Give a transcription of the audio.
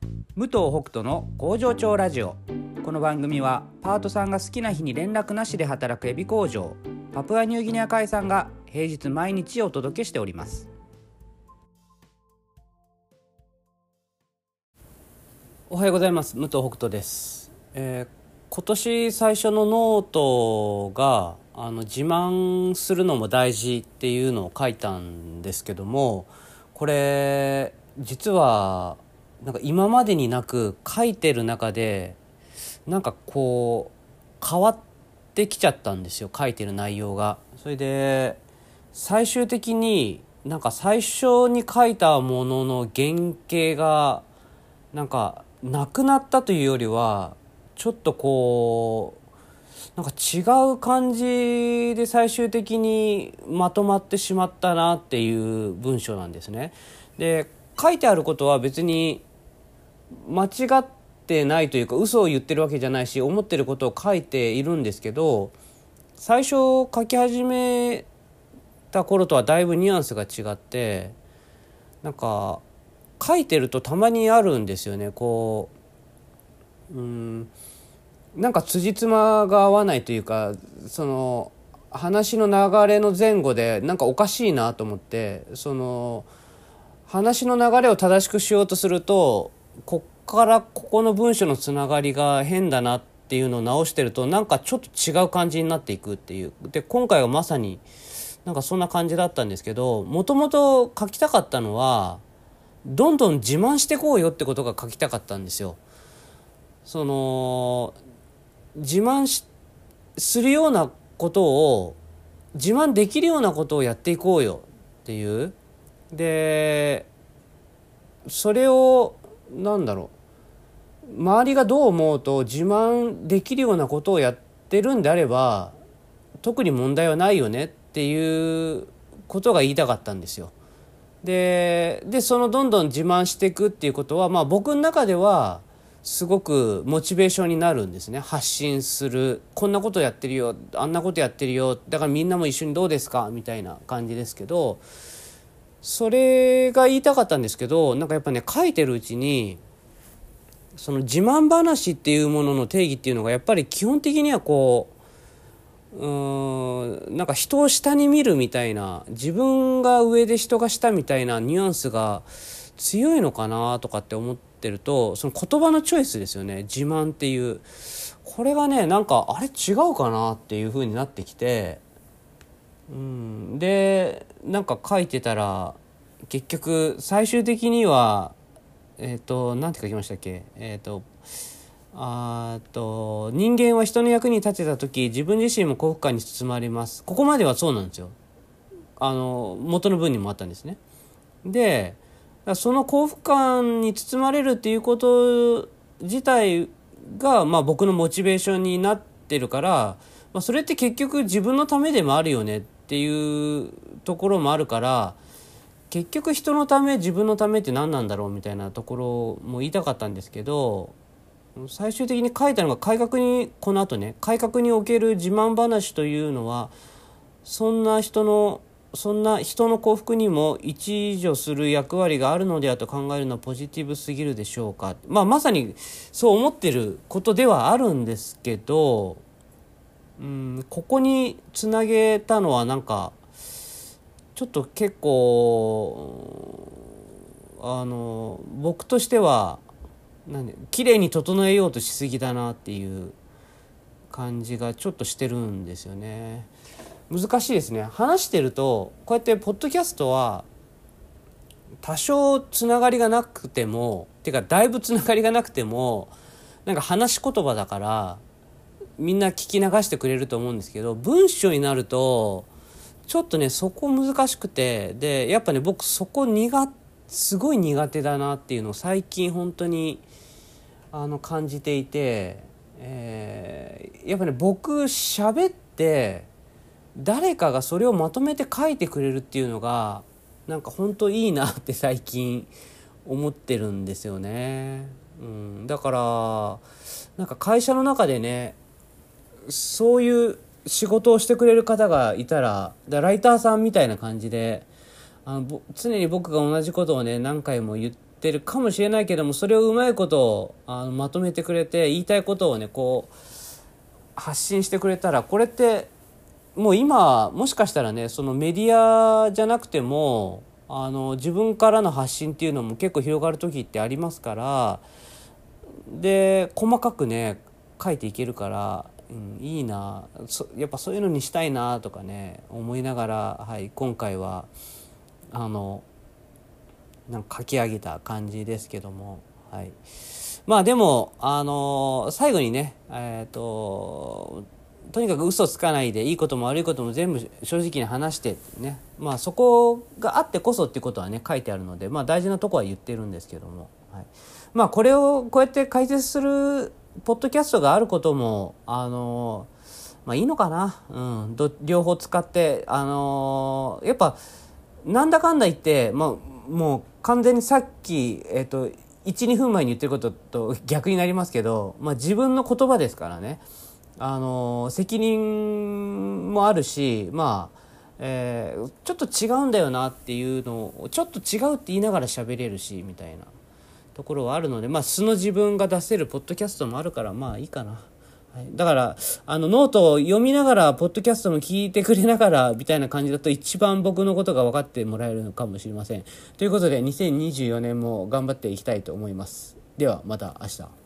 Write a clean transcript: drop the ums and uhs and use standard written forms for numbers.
武藤北斗の工場長ラジオ。この番組はパートさんが好きな日に連絡なしで働くエビ工場パプアニューギニア海産が平日毎日お届けしております。おはようございます。武藤北斗です。今年最初のノートが自慢するのも大事っていうのを書いたんですけども、これ実はなんか今までになく書いてる中でなんかこう変わってきちゃったんですよ、書いてる内容が。それで最終的になんか最初に書いたものの原型がなんかなくなったというよりはちょっとこうなんか違う感じで最終的にまとまってしまったなっていう文章なんですね。で書いてあることは別に間違ってないというか嘘を言ってるわけじゃないし、思ってることを書いているんですけど、最初書き始めた頃とはだいぶニュアンスが違って、なんか書いてるとたまにあるんですよね。こうなんか辻褄が合わないというか、その話の流れの前後でなんかおかしいなと思って、その話の流れを正しくしようとするとこっからここの文章のつながりが変だなっていうのを直してるとなんかちょっと違う感じになっていくっていう。で今回はまさになんかそんな感じだったんですけど、もともと書きたかったのはどんどん自慢してこうよってことが書きたかったんですよ。その自慢するようなことを、自慢できるようなことをやっていこうよっていう。でそれを周りがどう思うと自慢できるようなことをやってるんであれば特に問題はないよねっていうことが言いたかったんですよ。でそのどんどん自慢していくっていうことは、僕の中ではすごくモチベーションになるんですね。発信する、こんなことやってるよ、あんなことやってるよ、だからみんなも一緒にどうですかみたいな感じですけど、それが言いたかったんですけど、なんかやっぱね書いてるうちにその自慢話っていうものの定義っていうのがやっぱり基本的にはなんか人を下に見るみたいな、自分が上で人が下みたいなニュアンスが強いのかなとかって思ってると、その言葉のチョイスですよね、自慢っていう。これがねなんかあれ違うかなっていう風になってきて、でなんか書いてたら結局最終的にはなんて書きましたっけ。人間は人の役に立てた時自分自身も幸福感に包まれます。ここまではそうなんですよ。元の文にもあったんですね。でその幸福感に包まれるっていうこと自体が、僕のモチベーションになってるから、それって結局自分のためでもあるよねっていうところもあるから、結局人のため自分のためって何なんだろうみたいなところも言いたかったんですけど、最終的に書いたのがこの後ね、改革における自慢話というのはそんな人の幸福にも一助する役割があるのではと考えるのはポジティブすぎるでしょうか。まさにそう思ってることではあるんですけど、ここにつなげたのはなんかちょっと結構僕としては綺麗に整えようとしすぎだなっていう感じがちょっとしてるんですよね。難しいですね。話してるとこうやってポッドキャストは多少つながりがなくてもだいぶつながりがなくてもなんか話し言葉だからみんな聞き流してくれると思うんですけど、文章になるとちょっとねそこ難しくて、でやっぱね僕そこすごい苦手だなっていうのを最近本当に感じていて、やっぱね僕喋って誰かがそれをまとめて書いてくれるっていうのがなんか本当いいなって最近思ってるんですよね。だからなんか会社の中でねそういう仕事をしてくれる方がいたら、ライターさんみたいな感じで常に僕が同じことをね何回も言っってるかもしれないけども、それをうまいことまとめてくれて、言いたいことをねこう発信してくれたら、これってもう今もしかしたらね、そのメディアじゃなくても自分からの発信っていうのも結構広がる時ってありますから、で細かくね書いていけるから、いいな、やっぱそういうのにしたいなとかね思いながら、はい、今回はなんか書き上げた感じですけども、はい、まあでも最後にねとにかく嘘つかないで、いいことも悪いことも全部正直に話してね、まあそこがあってこそっていうことはね書いてあるので、まあ大事なとこは言ってるんですけども、はい、まあこれをこうやって解説するポッドキャストがあることもまあいいのかな、両方使ってやっぱなんだかんだ言って、もう完全にさっき1、2分前に言ってることと逆になりますけど、まあ自分の言葉ですからね、責任もあるし、まあちょっと違うんだよなっていうのをちょっと違うって言いながら喋れるしみたいなところはあるので、まあ素の自分が出せるポッドキャストもあるから、まあいいかな。はい、だからノートを読みながらポッドキャストも聞いてくれながらみたいな感じだと一番僕のことが分かってもらえるのかもしれません。ということで2024年も頑張っていきたいと思います。ではまた明日。